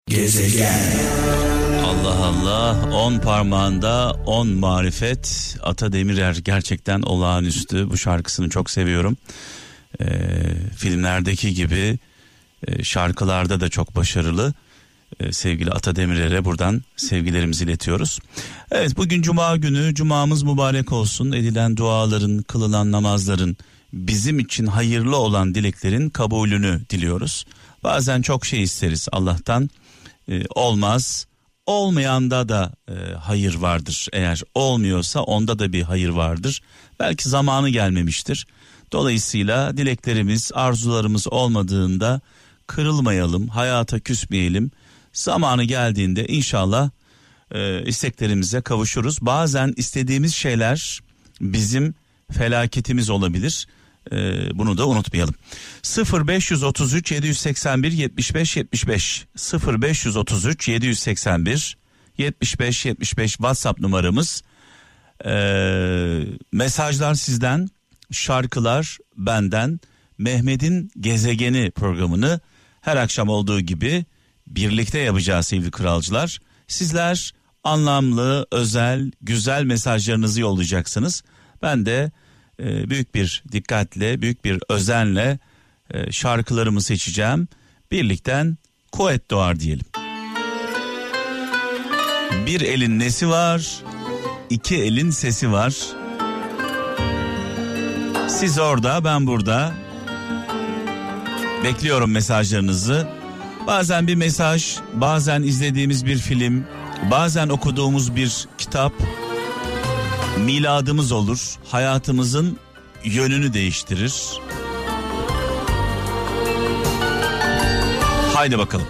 Gezegen. Allah Allah, 10 parmağında 10 marifet. Ata Demirer gerçekten olağanüstü. Bu şarkısını çok seviyorum. Filmlerdeki gibi şarkılarda da çok başarılı. Sevgili Ata Demirer'e buradan sevgilerimizi iletiyoruz. Evet, bugün Cuma günü, Cuma'mız mübarek olsun. Edilen duaların, kılınan namazların, bizim için hayırlı olan dileklerin kabulünü diliyoruz. Bazen çok şey isteriz Allah'tan, olmaz. Olmayanda da hayır vardır. Eğer olmuyorsa onda da bir hayır vardır. Belki zamanı gelmemiştir. Dolayısıyla dileklerimiz, arzularımız olmadığında kırılmayalım, hayata küsmeyelim. Zamanı geldiğinde inşallah isteklerimize kavuşuruz. Bazen istediğimiz şeyler bizim felaketimiz olabilir. Bunu da unutmayalım. 0533 781 75 75 0533 781 75 75 WhatsApp numaramız. Mesajlar sizden, şarkılar benden. Mehmet'in Gezegeni programını her akşam olduğu gibi birlikte yapacağız sevgili kralcılar. Sizler anlamlı, özel, güzel mesajlarınızı yollayacaksınız. Ben de büyük bir dikkatle, büyük bir özenle şarkılarımı seçeceğim. Birlikten kuvvet doğar diyelim. Bir elin nesi var, iki elin sesi var. Siz orada, ben burada. Bekliyorum mesajlarınızı. Bazen bir mesaj, bazen izlediğimiz bir film, bazen okuduğumuz bir kitap miladımız olur. Hayatımızın yönünü değiştirir. Haydi bakalım.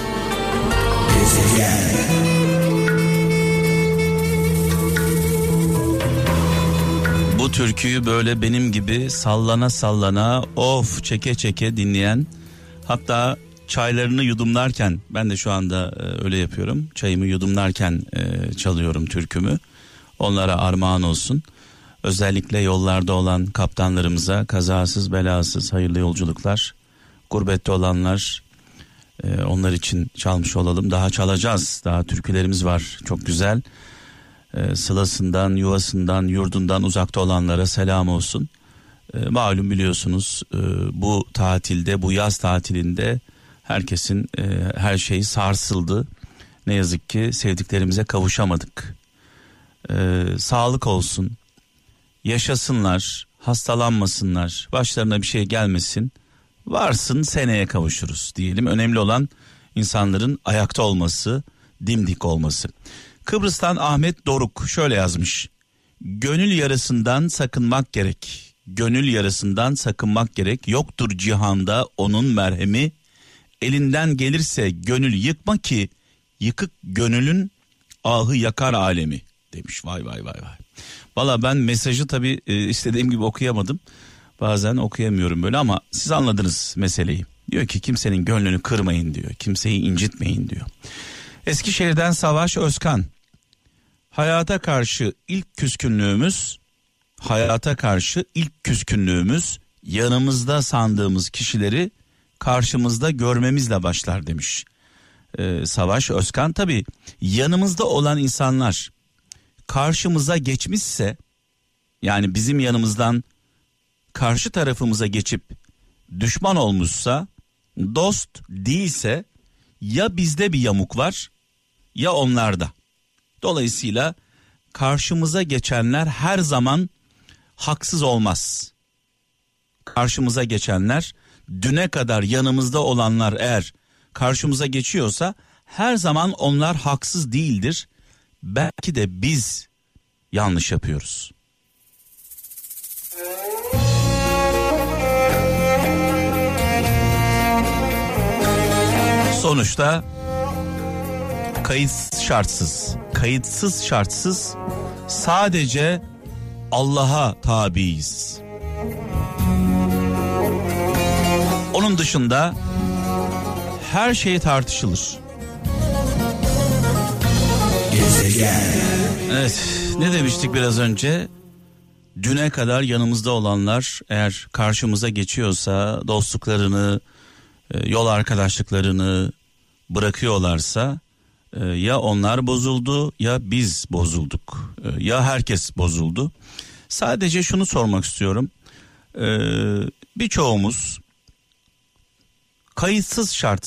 Bu türküyü böyle benim gibi sallana sallana, of çeke çeke dinleyen, hatta çaylarını yudumlarken, ben de şu anda öyle yapıyorum, çayımı yudumlarken çalıyorum türkümü. Onlara armağan olsun. Özellikle yollarda olan kaptanlarımıza kazasız belasız hayırlı yolculuklar. Gurbette olanlar, onlar için çalmış olalım. Daha çalacağız. Daha türkülerimiz var. Çok güzel. Sılasından, yuvasından, yurdundan uzakta olanlara selam olsun. Malum biliyorsunuz bu tatilde, bu yaz tatilinde herkesin her şeyi sarsıldı. Ne yazık ki sevdiklerimize kavuşamadık. Sağlık olsun, yaşasınlar, hastalanmasınlar, başlarına bir şey gelmesin, varsın seneye kavuşuruz diyelim. Önemli olan insanların ayakta olması, dimdik olması. Kıbrıs'tan Ahmet Doruk şöyle yazmış: gönül yarasından sakınmak gerek, gönül yarasından sakınmak gerek, yoktur cihanda onun merhemi, elinden gelirse gönül yıkma ki yıkık gönülün ahı yakar alemi demiş. Vay vay vay vay. Valla ben mesajı tabii istediğim gibi okuyamadım. Bazen okuyamıyorum böyle ama siz anladınız meseleyi. Diyor ki kimsenin gönlünü kırmayın diyor. Kimseyi incitmeyin diyor. Eskişehir'den Savaş Özkan. Hayata karşı ilk küskünlüğümüz yanımızda sandığımız kişileri karşımızda görmemizle başlar demiş. Savaş Özkan, tabii yanımızda olan insanlar karşımıza geçmişse, yani bizim yanımızdan karşı tarafımıza geçip düşman olmuşsa, dost değilse, ya bizde bir yamuk var ya onlarda. Dolayısıyla karşımıza geçenler her zaman haksız olmaz. Karşımıza geçenler, düne kadar yanımızda olanlar eğer karşımıza geçiyorsa her zaman onlar haksız değildir. Belki de biz yanlış yapıyoruz. Sonuçta kayıtsız şartsız sadece Allah'a tabiiz. Onun dışında her şey tartışılır. Evet, ne demiştik biraz önce? Düne kadar yanımızda olanlar eğer karşımıza geçiyorsa dostluklarını, yol arkadaşlıklarını, bırakıyorlarsa ya onlar bozuldu ya biz bozulduk, ya herkes bozuldu. Sadece şunu sormak istiyorum. Birçoğumuz kayıtsız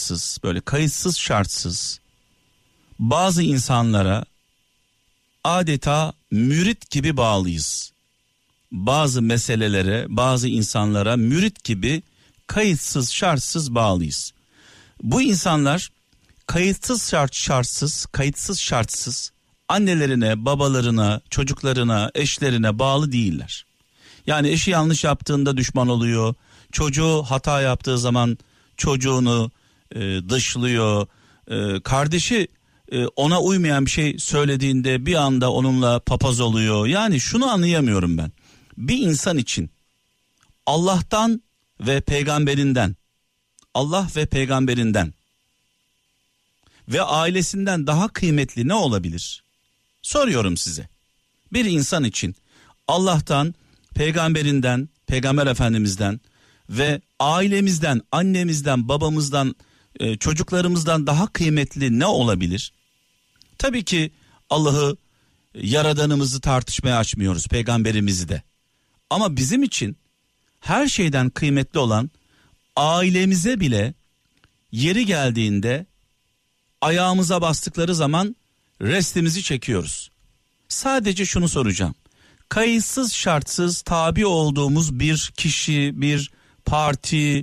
şartsız bazı insanlara adeta mürit gibi bağlıyız. Bazı meselelere, bazı insanlara mürit gibi kayıtsız şartsız bağlıyız. Bu insanlar kayıtsız şartsız annelerine, babalarına, çocuklarına, eşlerine bağlı değiller. Yani eşi yanlış yaptığında düşman oluyor. Çocuğu hata yaptığı zaman çocuğunu dışlıyor. Kardeşi ona uymayan bir şey söylediğinde bir anda onunla papaz oluyor. Yani şunu anlayamıyorum ben. Bir insan için Allah'tan ve peygamberinden, Allah ve peygamberinden ve ailesinden daha kıymetli ne olabilir? Soruyorum size. Bir insan için Allah'tan, peygamberinden, peygamber efendimizden ve ailemizden, annemizden, babamızdan, çocuklarımızdan daha kıymetli ne olabilir? Tabii ki Allah'ı, yaradanımızı tartışmaya açmıyoruz, peygamberimizi de. Ama bizim için her şeyden kıymetli olan ailemize bile yeri geldiğinde ayağımıza bastıkları zaman restimizi çekiyoruz. Sadece şunu soracağım. Kayıtsız şartsız tabi olduğumuz bir kişi, bir parti,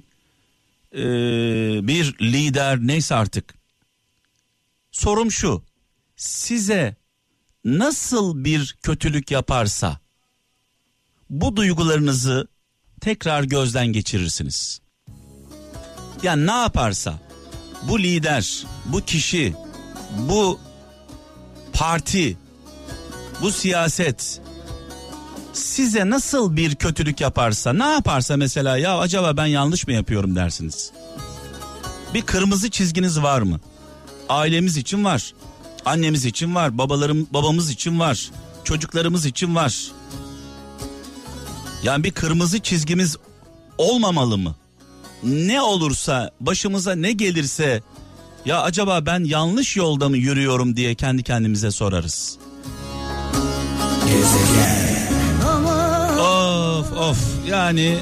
bir lider, neyse artık. Sorum şu: size nasıl bir kötülük yaparsa bu duygularınızı tekrar gözden geçirirsiniz. Yani ne yaparsa bu lider, bu kişi, bu parti, bu siyaset size nasıl bir kötülük yaparsa, ne yaparsa mesela, ya acaba ben yanlış mı yapıyorum dersiniz. Bir kırmızı çizginiz var mı? Ailemiz için var, annemiz için var, babamız için var, çocuklarımız için var. Yani bir kırmızı çizgimiz olmamalı mı? Ne olursa, başımıza ne gelirse, ya acaba ben yanlış yolda mı yürüyorum diye kendi kendimize sorarız. Of yani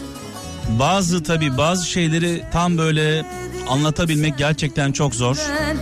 bazı şeyleri tam böyle anlatabilmek gerçekten çok zor.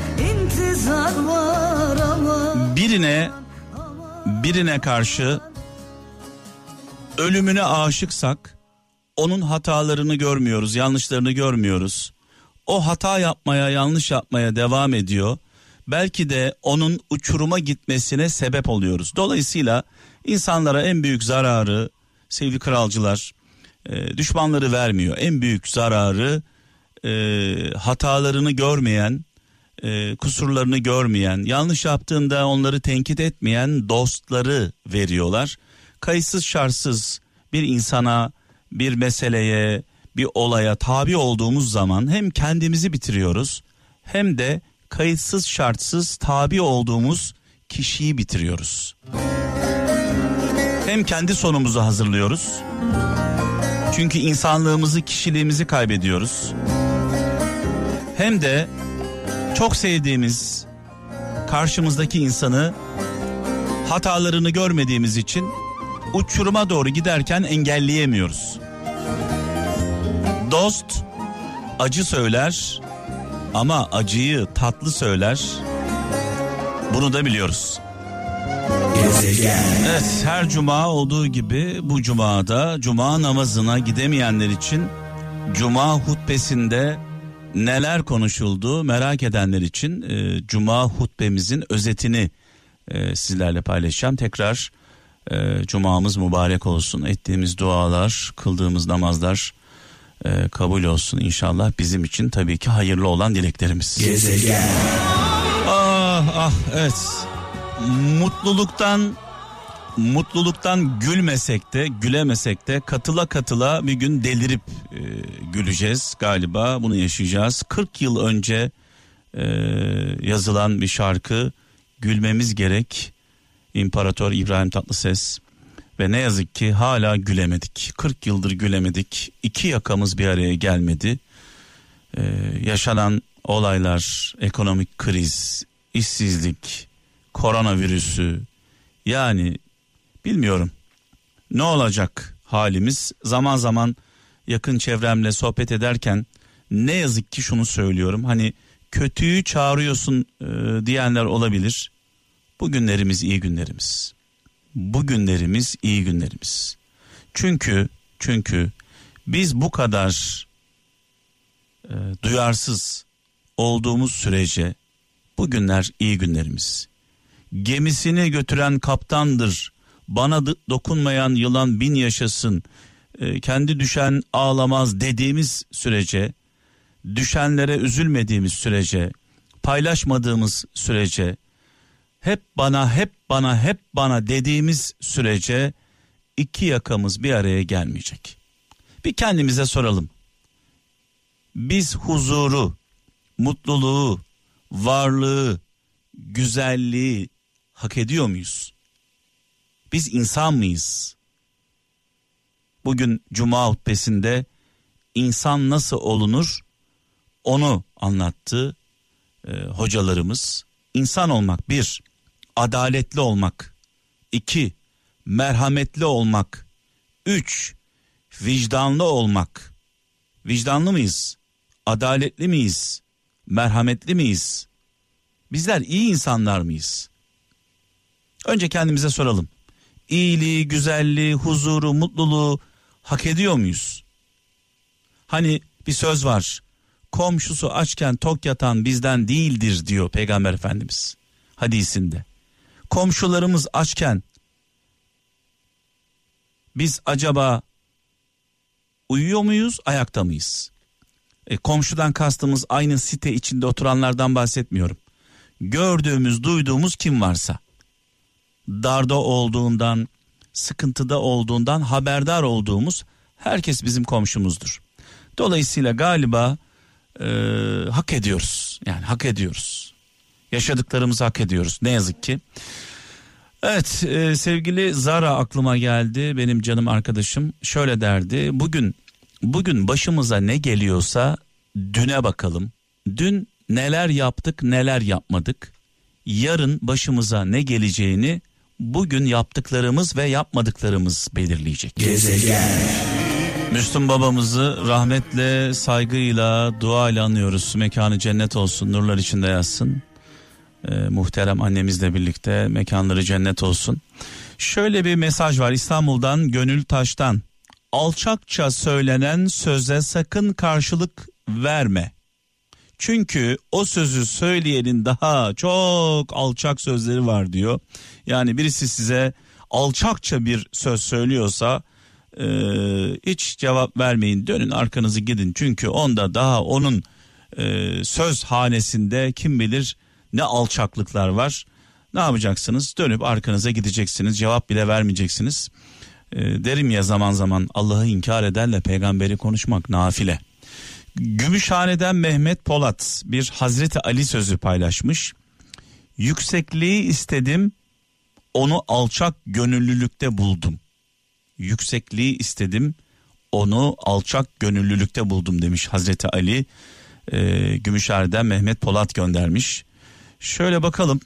Birine karşı ölümüne aşıksak onun hatalarını görmüyoruz, yanlışlarını görmüyoruz. O hata yapmaya, yanlış yapmaya devam ediyor. Belki de onun uçuruma gitmesine sebep oluyoruz. Dolayısıyla insanlara en büyük zararı, sevgili kralcılar, düşmanları vermiyor. En büyük zararı hatalarını görmeyen, kusurlarını görmeyen, yanlış yaptığında onları tenkit etmeyen dostları veriyorlar. Kayıtsız şartsız bir insana, bir meseleye, bir olaya tabi olduğumuz zaman hem kendimizi bitiriyoruz hem de kayıtsız şartsız tabi olduğumuz kişiyi bitiriyoruz. Hem kendi sonumuzu hazırlıyoruz. Çünkü insanlığımızı, kişiliğimizi kaybediyoruz. Hem de çok sevdiğimiz karşımızdaki insanı hatalarını görmediğimiz için uçuruma doğru giderken engelleyemiyoruz. Dost acı söyler ama acıyı tatlı söyler. Bunu da biliyoruz. Evet, her cuma olduğu gibi bu cumada cuma namazına gidemeyenler için cuma hutbesinde neler konuşuldu merak edenler için cuma hutbemizin özetini sizlerle paylaşacağım. Tekrar cumamız mübarek olsun. Ettiğimiz dualar, kıldığımız namazlar kabul olsun inşallah. Bizim için tabii ki hayırlı olan dileklerimiz. Gezegen. Evet. Mutluluktan gülmesek de, gülemesek de katıla bir gün delirip güleceğiz galiba. Bunu yaşayacağız. 40 yıl önce yazılan bir şarkı, Gülmemiz Gerek, İmparator İbrahim Tatlıses. Ve ne yazık ki hala gülemedik. 40 yıldır gülemedik. İki yakamız bir araya gelmedi. Yaşanan olaylar, ekonomik kriz, işsizlik, koronavirüsü, yani bilmiyorum ne olacak halimiz. Zaman zaman yakın çevremle sohbet ederken ne yazık ki şunu söylüyorum, hani kötüyü çağırıyorsun diyenler olabilir. Bugünlerimiz iyi günlerimiz. Bugünlerimiz iyi günlerimiz. Çünkü biz bu kadar duyarsız olduğumuz sürece bugünler iyi günlerimiz. Gemisini götüren kaptandır, bana dokunmayan yılan bin yaşasın, kendi düşen ağlamaz dediğimiz sürece, düşenlere üzülmediğimiz sürece, paylaşmadığımız sürece, hep bana dediğimiz sürece iki yakamız bir araya gelmeyecek. Bir kendimize soralım. Biz huzuru, mutluluğu, varlığı, güzelliği hak ediyor muyuz? Biz insan mıyız? Bugün Cuma hutbesinde insan nasıl olunur onu anlattı hocalarımız. İnsan olmak 1, adaletli olmak. 2, merhametli olmak. 3, vicdanlı olmak. Vicdanlı mıyız? Adaletli miyiz? Merhametli miyiz? Bizler iyi insanlar mıyız? Önce kendimize soralım. İyiliği, güzelliği, huzuru, mutluluğu hak ediyor muyuz? Hani bir söz var. Komşusu açken tok yatan bizden değildir diyor Peygamber Efendimiz hadisinde. Komşularımız açken biz acaba uyuyor muyuz, ayakta mıyız? Komşudan kastımız aynı site içinde oturanlardan bahsetmiyorum. Gördüğümüz, duyduğumuz kim varsa, darda olduğundan, sıkıntıda olduğundan haberdar olduğumuz herkes bizim komşumuzdur. Dolayısıyla galiba hak ediyoruz. Yani hak ediyoruz. Yaşadıklarımızı hak ediyoruz ne yazık ki. Evet, sevgili Zara aklıma geldi, benim canım arkadaşım şöyle derdi. Bugün başımıza ne geliyorsa düne bakalım. Dün neler yaptık, neler yapmadık. Yarın başımıza ne geleceğini bugün yaptıklarımız ve yapmadıklarımız belirleyecek. Gezegen. Müslüm babamızı rahmetle, saygıyla, duayla anıyoruz. Mekanı cennet olsun, nurlar içinde yatsın. Muhterem annemizle birlikte mekanları cennet olsun. Şöyle bir mesaj var İstanbul'dan, Gönül Taş'tan. Alçakça söylenen söze sakın karşılık verme. Çünkü o sözü söyleyenin daha çok alçak sözleri var diyor. Yani birisi size alçakça bir söz söylüyorsa hiç cevap vermeyin, dönün arkanızı gidin. Çünkü onda daha onun söz hanesinde kim bilir ne alçaklıklar var. Ne yapacaksınız? Dönüp arkanıza gideceksiniz, cevap bile vermeyeceksiniz. Derim ya zaman zaman, Allah'ı inkar ederle peygamberi konuşmak nafile. Gümüşhane'den Mehmet Polat bir Hazreti Ali sözü paylaşmış. Yüksekliği istedim, onu alçak gönüllülükte buldum. Yüksekliği istedim, onu alçak gönüllülükte buldum demiş Hazreti Ali. Gümüşhane'den Mehmet Polat göndermiş. Şöyle bakalım.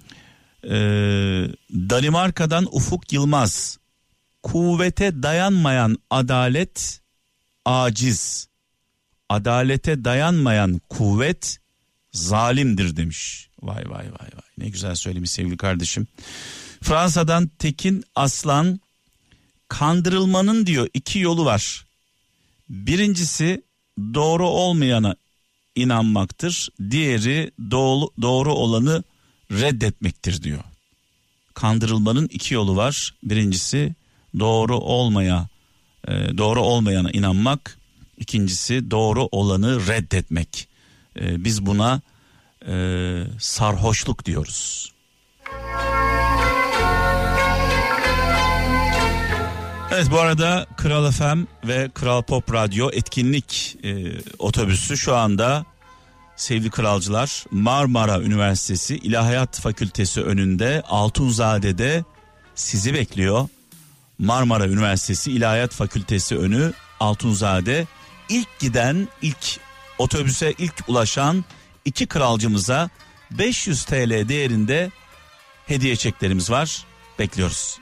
Danimarka'dan Ufuk Yılmaz. Kuvvete dayanmayan adalet aciz. Adalete dayanmayan kuvvet zalimdir demiş. Vay vay vay vay. Ne güzel söylemiş sevgili kardeşim. Fransa'dan Tekin Aslan, kandırılmanın diyor 2 yolu var. Birincisi doğru olmayana inanmaktır. Diğeri doğru olanı reddetmektir diyor. Kandırılmanın 2 yolu var. Birincisi doğru olmayana inanmak. İkincisi doğru olanı reddetmek. Biz buna sarhoşluk diyoruz. Evet, bu arada Kral FM ve Kral Pop Radyo etkinlik otobüsü şu anda sevgili kralcılar Marmara Üniversitesi İlahiyat Fakültesi önünde Altunzade'de sizi bekliyor. Marmara Üniversitesi İlahiyat Fakültesi önü Altunzade. İlk otobüse ilk ulaşan iki kralcımıza 500 TL değerinde hediye çeklerimiz var. Bekliyoruz.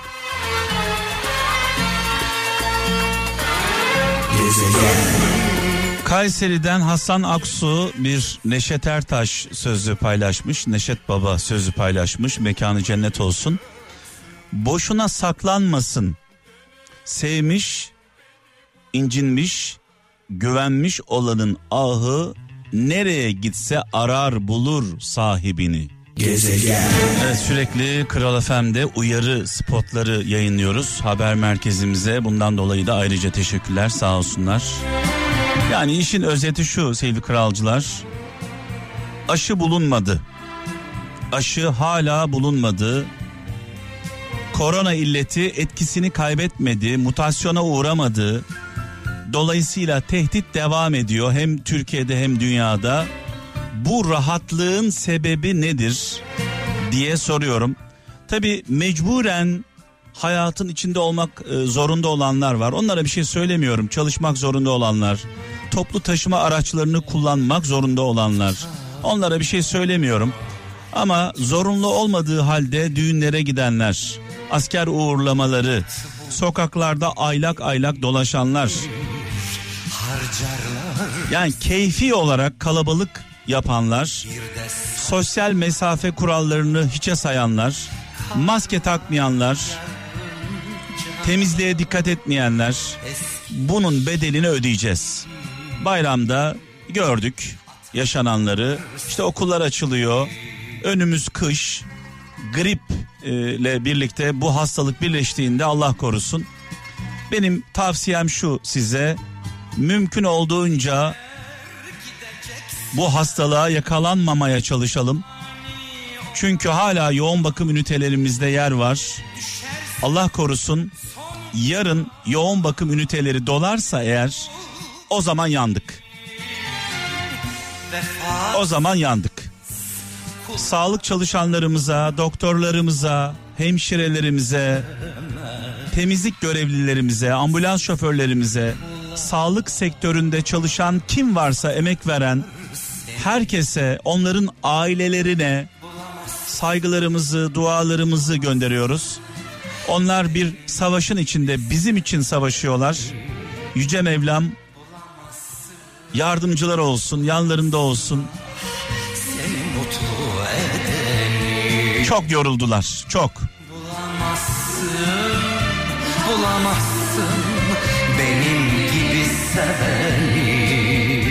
Kayseri'den Hasan Aksu bir Neşet Ertaş sözü paylaşmış. Neşet Baba sözü paylaşmış. Mekanı cennet olsun. Boşuna saklanmasın. Sevmiş, incinmiş, güvenmiş olanın ahı nereye gitse arar bulur sahibini. Gezegen. Evet, sürekli Kral FM'de uyarı spotları yayınlıyoruz haber merkezimize. Bundan dolayı da ayrıca teşekkürler, sağ olsunlar. Yani işin özeti şu sevgili kralcılar. Aşı bulunmadı. Aşı hala bulunmadı. Korona illeti etkisini kaybetmedi, mutasyona uğramadı. Dolayısıyla tehdit devam ediyor hem Türkiye'de hem dünyada. Bu rahatlığın sebebi nedir diye soruyorum. Tabii mecburen hayatın içinde olmak zorunda olanlar var. Onlara bir şey söylemiyorum. Çalışmak zorunda olanlar, toplu taşıma araçlarını kullanmak zorunda olanlar. Onlara bir şey söylemiyorum. Ama zorunlu olmadığı halde düğünlere gidenler, asker uğurlamaları, sokaklarda aylak aylak dolaşanlar, yani keyfi olarak kalabalık yapanlar, sosyal mesafe kurallarını hiçe sayanlar, maske takmayanlar, temizliğe dikkat etmeyenler, bunun bedelini ödeyeceğiz. Bayramda gördük yaşananları. İşte okullar açılıyor. Önümüz kış. Grip ile birlikte bu hastalık birleştiğinde Allah korusun. Benim tavsiyem şu size: mümkün olduğunca bu hastalığa yakalanmamaya çalışalım. Çünkü hala yoğun bakım ünitelerimizde yer var. Allah korusun, yarın yoğun bakım üniteleri dolarsa eğer, o zaman yandık. O zaman yandık. Sağlık çalışanlarımıza, doktorlarımıza, hemşirelerimize, temizlik görevlilerimize, ambulans şoförlerimize, sağlık sektöründe çalışan kim varsa emek veren herkese, onların ailelerine saygılarımızı, dualarımızı gönderiyoruz. Onlar bir savaşın içinde bizim için savaşıyorlar. Yüce Mevlam yardımcılar olsun, yanlarında olsun. Çok yoruldular, çok. Bulamazsın benim gibi seveni.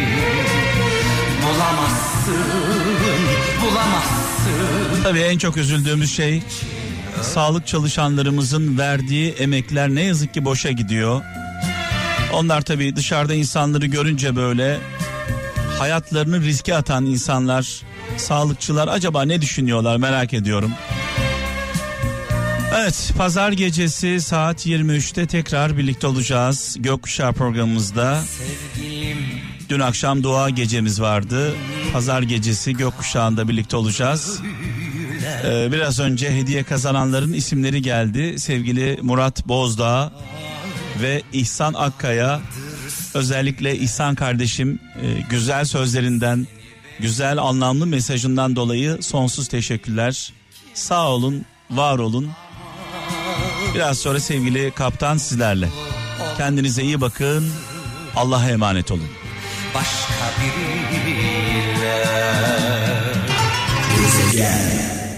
Bulamazsın. Tabii en çok üzüldüğümüz şey, sağlık çalışanlarımızın verdiği emekler ne yazık ki boşa gidiyor. Onlar tabii dışarıda insanları görünce böyle hayatlarını riske atan insanlar, sağlıkçılar acaba ne düşünüyorlar merak ediyorum. Evet, pazar gecesi saat 23'te tekrar birlikte olacağız Gökkuşağı programımızda. Dün akşam dua gecemiz vardı. Pazar gecesi Gökkuşağı'nda birlikte olacağız. Biraz önce hediye kazananların isimleri geldi. Sevgili Murat Bozdağ ve İhsan Akkaya. Özellikle İhsan kardeşim güzel sözlerinden, güzel anlamlı mesajından dolayı sonsuz teşekkürler. Sağ olun, var olun. Biraz sonra sevgili kaptan sizlerle. Kendinize iyi bakın. Allah'a emanet olun. Başka biriyle. Gezegen.